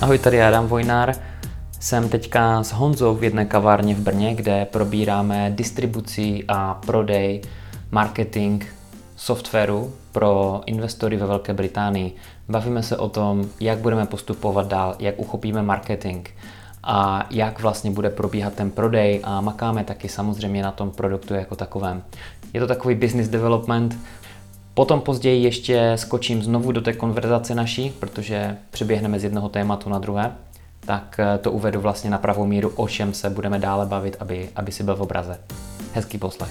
Ahoj, tady Adam Vojnár. Jsem teďka s Honzou v jedné kavárně v Brně, kde probíráme distribuci a prodej, marketing softwaru pro investory ve Velké Británii. Bavíme se o tom, jak budeme postupovat dál, jak uchopíme marketing a jak vlastně bude probíhat ten prodej a makáme taky samozřejmě na tom produktu jako takovém. Je to takový business development. Potom později ještě skočím znovu do té konverzace naší, protože přeběhneme z jednoho tématu na druhé, tak to uvedu vlastně na pravou míru, o čem se budeme dále bavit, aby si byl v obraze. Hezký poslech.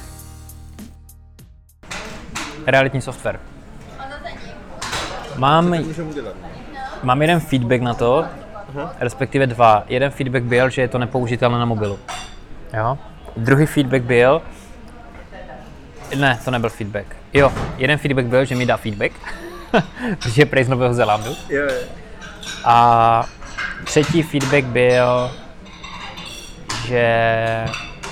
Realitní software. Mám jeden feedback na to, respektive dva. Jeden feedback byl, že je to nepoužitelné na mobilu. Jo? Druhý feedback byl, ne, to nebyl feedback. Jo, jeden feedback byl, že mi dá feedback, protože je prej z Nového Zélandu. Jo. A třetí feedback byl, že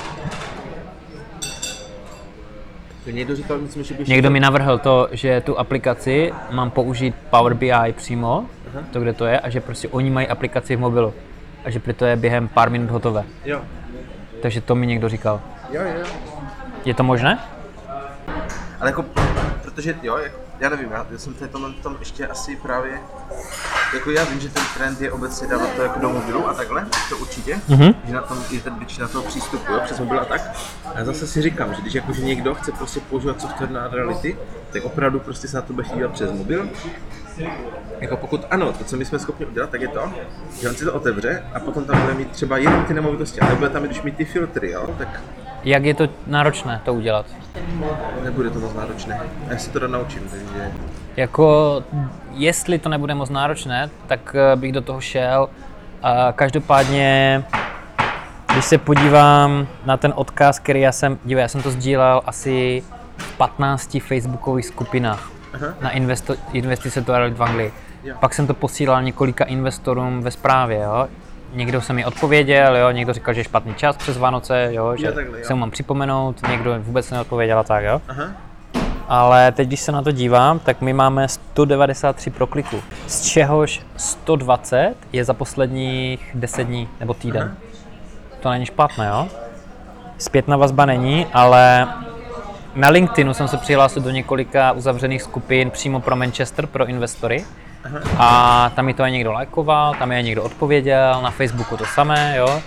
někdo mi navrhl to, že tu aplikaci mám použít Power BI přímo, to kde to je, a že prostě oni mají aplikaci v mobilu. A že proto je během pár minut hotové. Jo. Takže to mi někdo říkal. Jo. Je to možné? Ale jako, protože jo, jako, já nevím, já jsem v tom ještě asi právě, jako já vím, že ten trend je obecně dávat to jako do mobilu a takhle, to určitě, že na tom je ten většina toho přístupu, jo, přes mobil a tak. A já zase si říkám, že když jakože někdo chce prostě používat software na reality, tak opravdu prostě se na to bude dívat přes mobil. Jako pokud ano, to, co my jsme schopni udělat, tak je to, že on si to otevře a potom tam bude mít třeba jenom ty nemovitosti a nebude tam, když mít ty filtry, jo, tak Jak je to náročné to udělat? nebude to moc náročné. Já si to naučím, takže Jako, jestli to nebude moc náročné, tak bych do toho šel. Každopádně, když se podívám na ten odkaz, který já jsem to sdílel asi v 15 facebookových skupinách na investice do realit v Anglii. Jo. Pak jsem to posílal několika investorům ve zprávě, jo. Někdo se mi odpověděl, jo, někdo říkal, že je špatný čas přes Vánoce, jo, že se mu mám připomenout, někdo vůbec neodpověděl a tak, jo. Ale teď, když se na to dívám, tak my máme 193 prokliků, z čehož 120 je za posledních 10 dní nebo týden. To není špatné, jo. Zpětná vazba není, ale na LinkedInu jsem se přihlásil do několika uzavřených skupin přímo pro Manchester, pro investory. A tam mi to je někdo lajkoval, tam je někdo odpověděl, na Facebooku to samé, jo.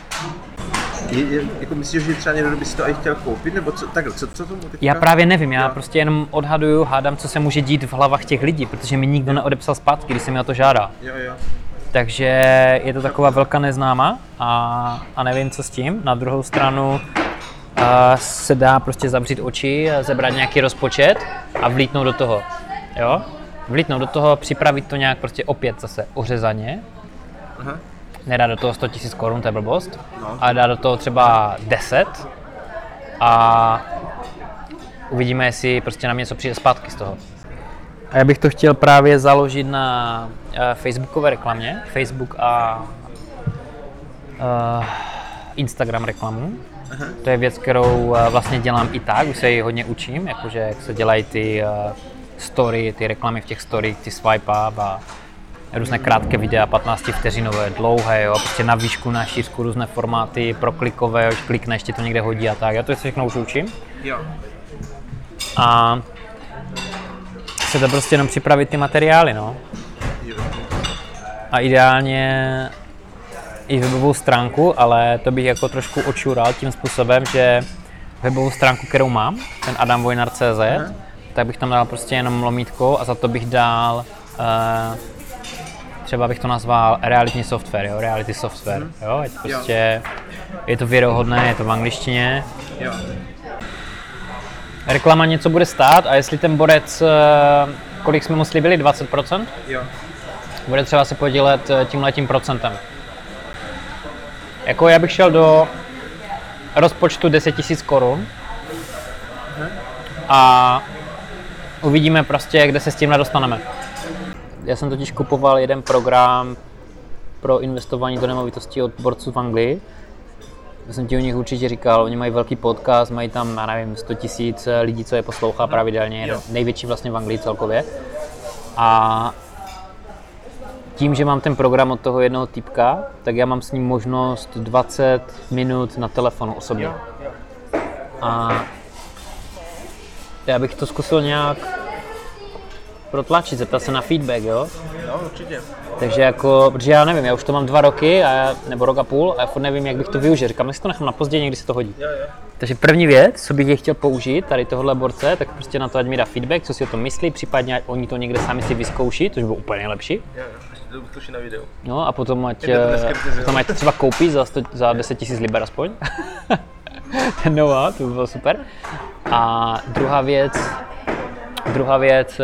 Jako myslíš, že třeba někdo by si to i chtěl koupit, nebo co, tak, co tomu teďka? Já právě nevím, já prostě jenom odhaduju, hádám, co se může dít v hlavách těch lidí, protože mi nikdo neodepsal zpátky, když se mi o to žádá. Jo. Takže je to taková velká neznáma a nevím, co s tím. Na druhou stranu se dá prostě zavřít oči, zebrat nějaký rozpočet a vlítnout do toho, jo. Vlítnout do toho, připravit to nějak prostě opět zase ořezaně. Nedá do toho 100 000 korun, to je blbost, ale dá do toho třeba 10 a uvidíme, jestli prostě nám něco přijde zpátky z toho. A já bych to chtěl právě založit na facebookové reklamě, Facebook a Instagram reklamu. To je věc, kterou vlastně dělám i tak, už se ji hodně učím, jakože jak se dělají ty story, ty reklamy v těch story, ty swipe up a různé krátké videa, 15 vteřinové, dlouhé, jo, prostě na výšku, na šířku, různé formáty, proklikové, už klikneš, ti to někde hodí a tak, já to se všechno už učím. Jo. A se to prostě jenom připravit ty materiály, no. A ideálně i webovou stránku, ale to bych jako trošku očural tím způsobem, že webovou stránku, kterou mám, ten adamvojnar.cz, tak bych tam dal prostě jenom lomítko a za to bych dal, třeba bych to nazval realitní software, jo, reality software, jo, je to prostě, je to věrohodné, je to v angličtině. Jo. Reklama něco bude stát a jestli ten borec, kolik jsme mu slíbili, 20%, Jo. bude třeba se podílet tímhletím procentem. Jako já bych šel do rozpočtu 10 000 korun a uvidíme prostě, kde se s tímhle dostaneme. Já jsem totiž kupoval jeden program pro investování do nemovitostí od borců v Anglii. Já jsem ti o nich určitě říkal, oni mají velký podcast, mají tam, já nevím, 100 000 lidí, co je poslouchá pravidelně, největší vlastně v Anglii celkově. A tím, že mám ten program od toho jednoho týpka, tak já mám s ním možnost 20 minut na telefonu osobně. A já bych to zkusil nějak protlačit, zeptat se na feedback, jo? Jo, určitě. Takže jako, protože já nevím, já už to mám 2 roky, nebo rok a půl a já furt nevím, jak bych to využil. Říkám, jestli to nechám na později, někdy se to hodí. Jo. Takže první věc, co bych je chtěl použít, tady tohle borce, tak prostě na to, ať mi dá feedback, co si o tom myslí, případně ať oni to někde sami si vyzkouší, což bylo úplně nejlepší. Jo, ještě to vyzkouší na videu. No a potom ať třeba koupí za 10 000 liber aspoň. Ten know-how, to by bylo super. A druhá věc,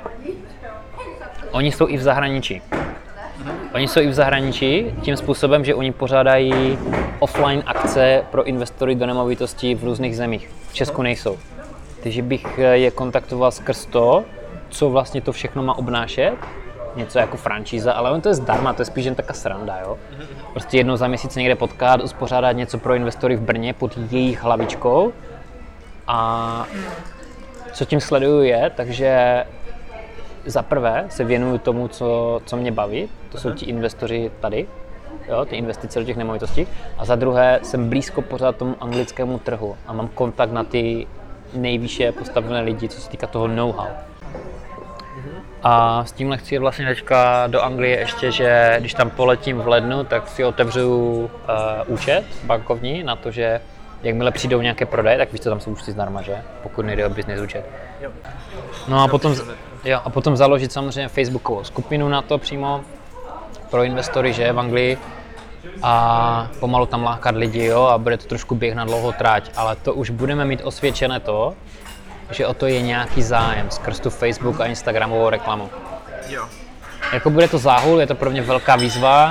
oni jsou i v zahraničí. Oni jsou i v zahraničí tím způsobem, že oni pořádají offline akce pro investory do nemovitostí v různých zemích. V Česku nejsou. Takže bych je kontaktoval skrz to, co vlastně to všechno má obnášet. Něco jako franšíza, ale on to je zdarma, to je spíš jen taká sranda, jo. Prostě jednou za měsíc někde potkat, uspořádat něco pro investory v Brně pod jejich hlavičkou. A co tím sleduju je, takže za prvé se věnuju tomu, co mě baví, to jsou ti investoři tady, jo, ty investice do těch nemovitostí. A za druhé jsem blízko pořád tomu anglickému trhu a mám kontakt na ty nejvýše postavené lidi, co se týká toho know-how. A s tímhle chci vlastně teďka do Anglie ještě, že když tam poletím v lednu, tak si otevřu účet bankovní na to, že jakmile přijdou nějaké prodeje, tak víš co, tam jsou účty zdarma, že? Pokud nejde o business účet. No a potom založit samozřejmě facebookovou skupinu na to přímo pro investory, že v Anglii a pomalu tam lákat lidi, jo, a bude to trošku běh na dlouhou tráť, ale to už budeme mít osvědčené to, že o to je nějaký zájem skrz tu Facebook a Instagramovou reklamu. Jo. Jako bude to záhul, je to pro mě velká výzva,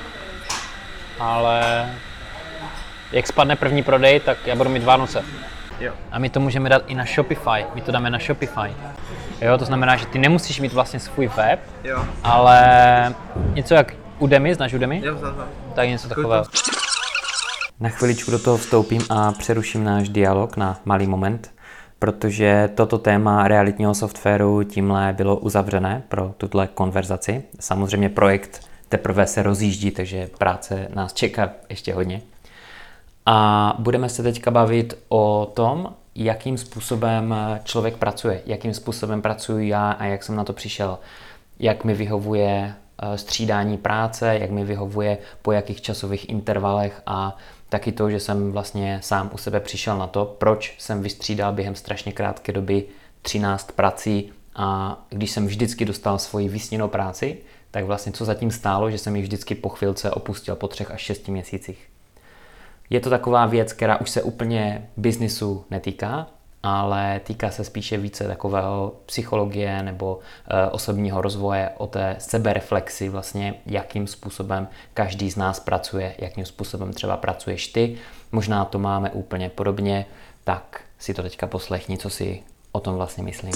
ale jak spadne první prodej, tak já budu mít Vánoce. Jo. A my to můžeme dát i na Shopify, my to dáme na Shopify. Jo, to znamená, že ty nemusíš mít vlastně svůj web, Jo. ale něco jak Udemy, znáš Udemy? Jo, znám. Tak něco takového. Na chviličku do toho vstoupím a přeruším náš dialog na malý moment, protože toto téma realitního softwaru tímhle bylo uzavřené pro tuhle konverzaci. Samozřejmě projekt teprve se rozjíždí, takže práce nás čeká ještě hodně. A budeme se teďka bavit o tom, jakým způsobem člověk pracuje, jakým způsobem pracuji já a jak jsem na to přišel, jak mi vyhovuje střídání práce, jak mi vyhovuje po jakých časových intervalech a taky to, že jsem vlastně sám u sebe přišel na to, proč jsem vystřídal během strašně krátké doby 13 prací a když jsem vždycky dostal svoji vysněnou práci, tak vlastně co zatím stálo, že jsem ji vždycky po chvilce opustil po 3 až 6 měsících. Je to taková věc, která už se úplně biznisu netýká, ale týká se spíše více takového psychologie nebo osobního rozvoje, o té sebereflexi vlastně, jakým způsobem každý z nás pracuje, jakým způsobem třeba pracuješ ty. Možná to máme úplně podobně, tak si to teďka poslechni, co si o tom vlastně myslím.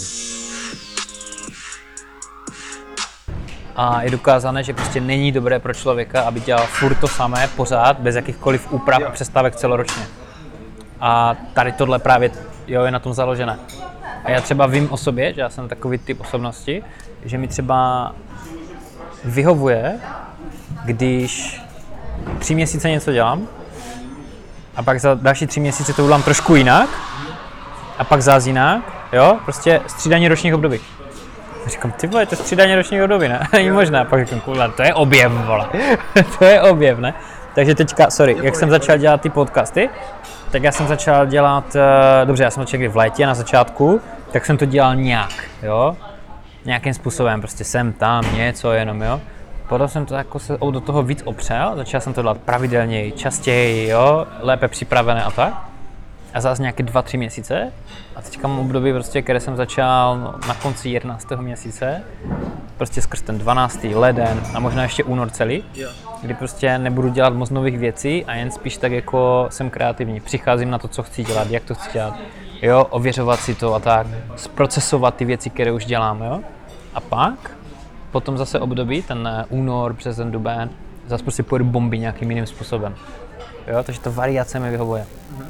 A je dokázané, že prostě není dobré pro člověka, aby dělal furt to samé, pořád, bez jakýchkoliv úprav a přestávek celoročně. A tady tohle právě je na tom založené. A já třeba vím o sobě, že já jsem takový typ osobnosti, že mi třeba vyhovuje, když 3 měsíce něco dělám a pak za další 3 měsíce to udělám trošku jinak a pak zase jinak, jo, prostě střídání ročních období. Říkám, ty vole, to je střídání ročních období, ne? Není možné. Pak říkám, kurva, to je objev, vole. To je objev, ne? Takže teďka, jak jsem začal dělat ty podcasty, tak já jsem začal dělat, dobře, já jsem začal někdy v létě na začátku, tak jsem to dělal nějak, jo? Nějakým způsobem, prostě sem, tam, něco jenom, jo? Potom jsem to jako se do toho víc opřel, začal jsem to dělat pravidelněji, častěji, jo? Lépe připravené a tak. A zase nějaké 2-3 měsíce a teďka mám období, prostě, které jsem začal na konci 11. měsíce, prostě skrz ten 12. leden a možná ještě únor celý, kdy prostě nebudu dělat moc nových věcí a jen spíš tak jako jsem kreativní. Přicházím na to, co chci dělat, jak to chci dělat, jo, ověřovat si to a tak, zprocesovat ty věci, které už dělám, jo. A pak, potom zase období, ten únor, březen, duben, zase prostě pojedu bomby nějakým jiným způsobem, jo, takže to variace mi vyhovuje.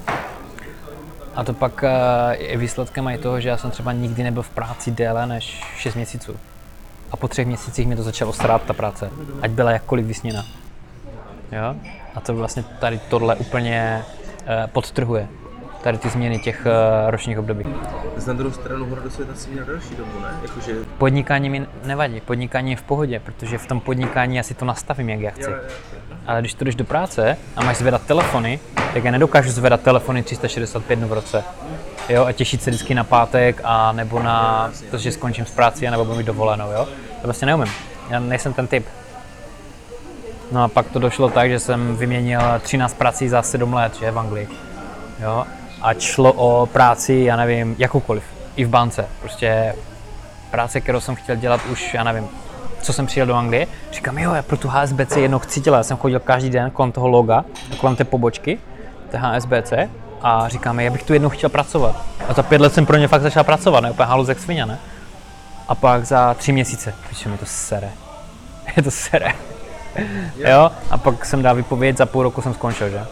A to pak je výsledkem i toho, že já jsem třeba nikdy nebyl v práci déle než 6 měsíců. a po 3 měsících mi to začalo srát ta práce, ať byla jakkoliv vysněna. Jo? A to vlastně tady tohle úplně podtrhuje. Tady ty změny těch ročních období. Na druhou stranu hora do světa si měl další dobu, ne? Jakože... Podnikání mi nevadí, podnikání je v pohodě, protože v tom podnikání já si to nastavím, jak já chci. Ale když to jdeš do práce a máš zvedat telefony, tak já nedokážu zvedat telefony 365 dnů v roce. Jo, a těšit se vždycky na pátek a nebo na to, že skončím s prací a nebo budu mít dovolenou, jo. To prostě neumím, já nejsem ten typ. No a pak to došlo tak, že jsem vyměnil 13 prací za 7 let, že, v Anglii. Jo, a šlo o práci, já nevím, jakoukoliv, i v bance. Prostě práce, kterou jsem chtěl dělat už, já nevím, co jsem přijel do Anglie. Říkám, jo, já pro tu HSBC jednou chci dělat. Já jsem chodil každý den kolem toho loga, kolem té pobočky, té HSBC a říkám, já bych tu jednou chtěl pracovat. A za 5 let jsem pro ně fakt začal pracovat, ne, úplně halus jak svině, ne? A pak za 3 měsíce, když mi to sere. Je to sere. Jo, a pak jsem dal vypověď, za půl roku jsem skončil, že?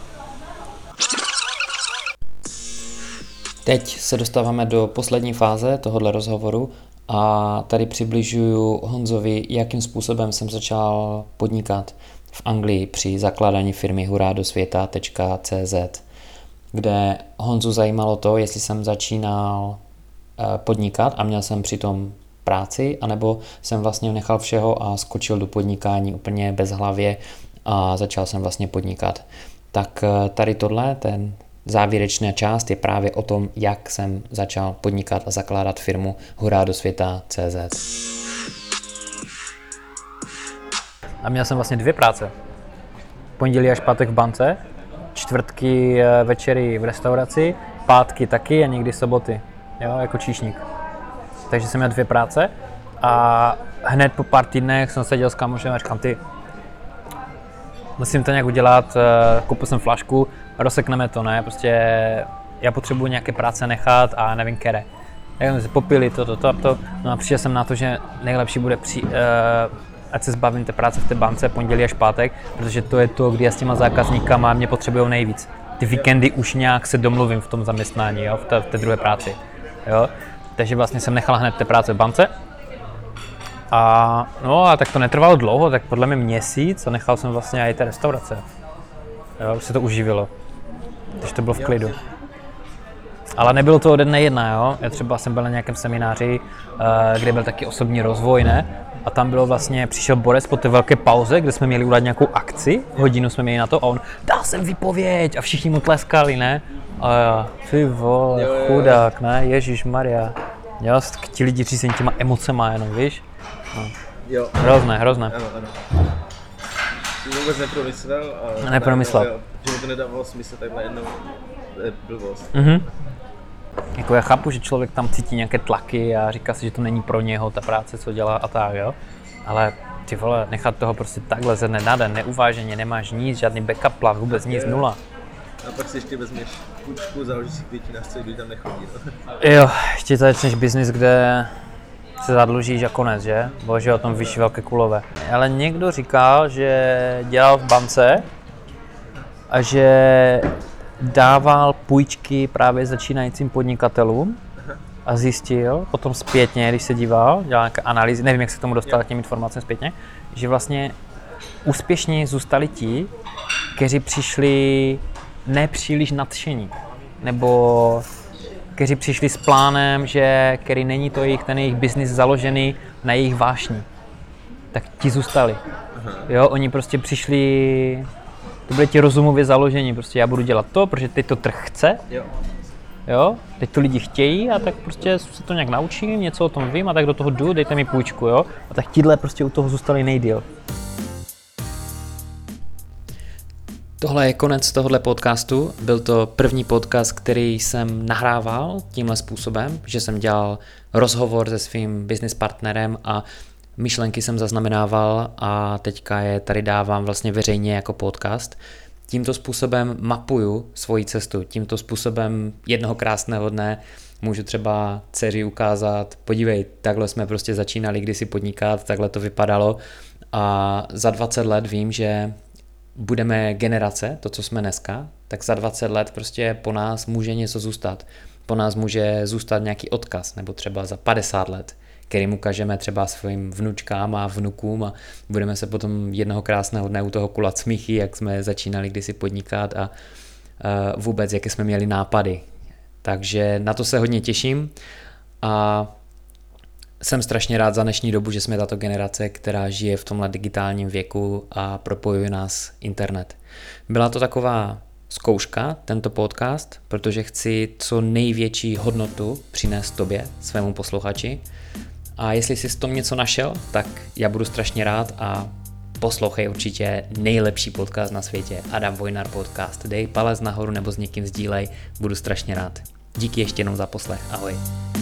Teď se dostáváme do poslední fáze tohohle rozhovoru a tady přibližuju Honzovi, jakým způsobem jsem začal podnikat v Anglii při zakládání firmy huradosvěta.cz, kde Honzu zajímalo to, jestli jsem začínal podnikat a měl jsem přitom práci, anebo jsem vlastně nechal všeho a skočil do podnikání úplně bezhlavě a začal jsem vlastně podnikat. Tak tady tohle, ten závěrečná část je právě o tom, jak jsem začal podnikat a zakládat firmu huradosvěta.cz. A měl jsem vlastně 2 práce. Pondělí až pátek v bance, čtvrtky večery v restauraci, pátky taky a někdy soboty, jo, jako číšník. Takže jsem měl 2 práce a hned po pár týdnech jsem seděl s kamošem a říkám, ty, musím to nějak udělat, koupil jsem flašku, rozsekneme to, ne, prostě já potřebuji nějaké práce nechat a nevím které. Tak jsme se popili to, no a přišel jsem na to, že nejlepší bude ať se zbavím té práce v té bance pondělí až pátek, protože to je to, kdy já s těma zákazníkama mě potřebujou nejvíc. Ty víkendy už nějak se domluvím v tom zaměstnání, jo, v té druhé práci, jo. Takže vlastně jsem nechal hned té práce v bance. A tak to netrvalo dlouho, tak podle mě měsíc a nechal jsem vlastně i té restaurace. Jo, už se to uživilo, když to bylo v klidu. Ale nebylo to ode dne jedna, jo. Já třeba jsem byl na nějakém semináři, kde byl taky osobní rozvoj, ne? A tam bylo vlastně, přišel borec po té velké pauze, kde jsme měli udělat nějakou akci, hodinu jsme měli na to a on, dal jsem výpověď a všichni mu tleskali, ne? A já, ty vole, chudák, ne? Ježišmarja. Jo, ti lidi řízení těma emocema jenom, víš? No. Jo. Hrozné. Ano. Jsi vůbec nepromyslel? Nepromyslel. Že mi to nedávalo smysl takhle jednou blbost. Jako já chápu, že člověk tam cítí nějaké tlaky a říká si, že to není pro něho ta práce, co dělá a tak, jo. Ale ty vole, nechat toho prostě takhle ze dne na den, neuváženě, nemáš nic, žádný backup plán, vůbec nic, nula. A pak si ještě vezmeš půjčku, založíš si květinářce, když tam nechodí. Jo, ještě začneš biznis, kde se zadlužíš a konec, že? Bože, o tom víš velké kulové. Ale někdo říkal, že dělal v bance a že dával půjčky právě začínajícím podnikatelům a zjistil potom zpětně, když se díval, dělal nějaké analýzy, nevím, jak se k tomu dostal k těm informacím zpětně, že vlastně úspěšní zůstali ti, kteří přišli nepříliš nadšení, nebo kteří přišli s plánem, který není to ten jejich biznis založený na jejich vášni, tak ti zůstali. Jo, oni prostě přišli, to byli ti rozumově založení, prostě já budu dělat to, protože teď to trh chce, jo, teď to lidi chtějí a tak prostě se to nějak naučím, něco o tom vím a tak do toho jdu, dejte mi půjčku, jo, a tak tíhle prostě u toho zůstali nejdýl. Tohle je konec tohohle podcastu. Byl to první podcast, který jsem nahrával tímhle způsobem, že jsem dělal rozhovor se svým business partnerem a myšlenky jsem zaznamenával a teďka je tady dávám vlastně veřejně jako podcast. Tímto způsobem mapuju svoji cestu, tímto způsobem jednoho krásného dne můžu třeba dceři ukázat, podívej, takhle jsme prostě začínali kdysi podnikat, takhle to vypadalo a za 20 let vím, že budeme generace, to, co jsme dneska, tak za 20 let prostě po nás může něco zůstat. Po nás může zůstat nějaký odkaz, nebo třeba za 50 let, kterým ukážeme třeba svým vnučkám a vnukům a budeme se potom jednoho krásného dne u toho kulat smíchy, jak jsme začínali kdysi podnikat a vůbec, jaké jsme měli nápady. Takže na to se hodně těším a jsem strašně rád za dnešní dobu, že jsme tato generace, která žije v tomhle digitálním věku a propojuje nás internet. Byla to taková zkouška, tento podcast, protože chci co největší hodnotu přinést tobě, svému posluchači. A jestli jsi z tom něco našel, tak já budu strašně rád a poslouchej určitě nejlepší podcast na světě, Adam Vojnar Podcast. Dej palec nahoru nebo s někým sdílej, budu strašně rád. Díky ještě jednou za poslech, ahoj.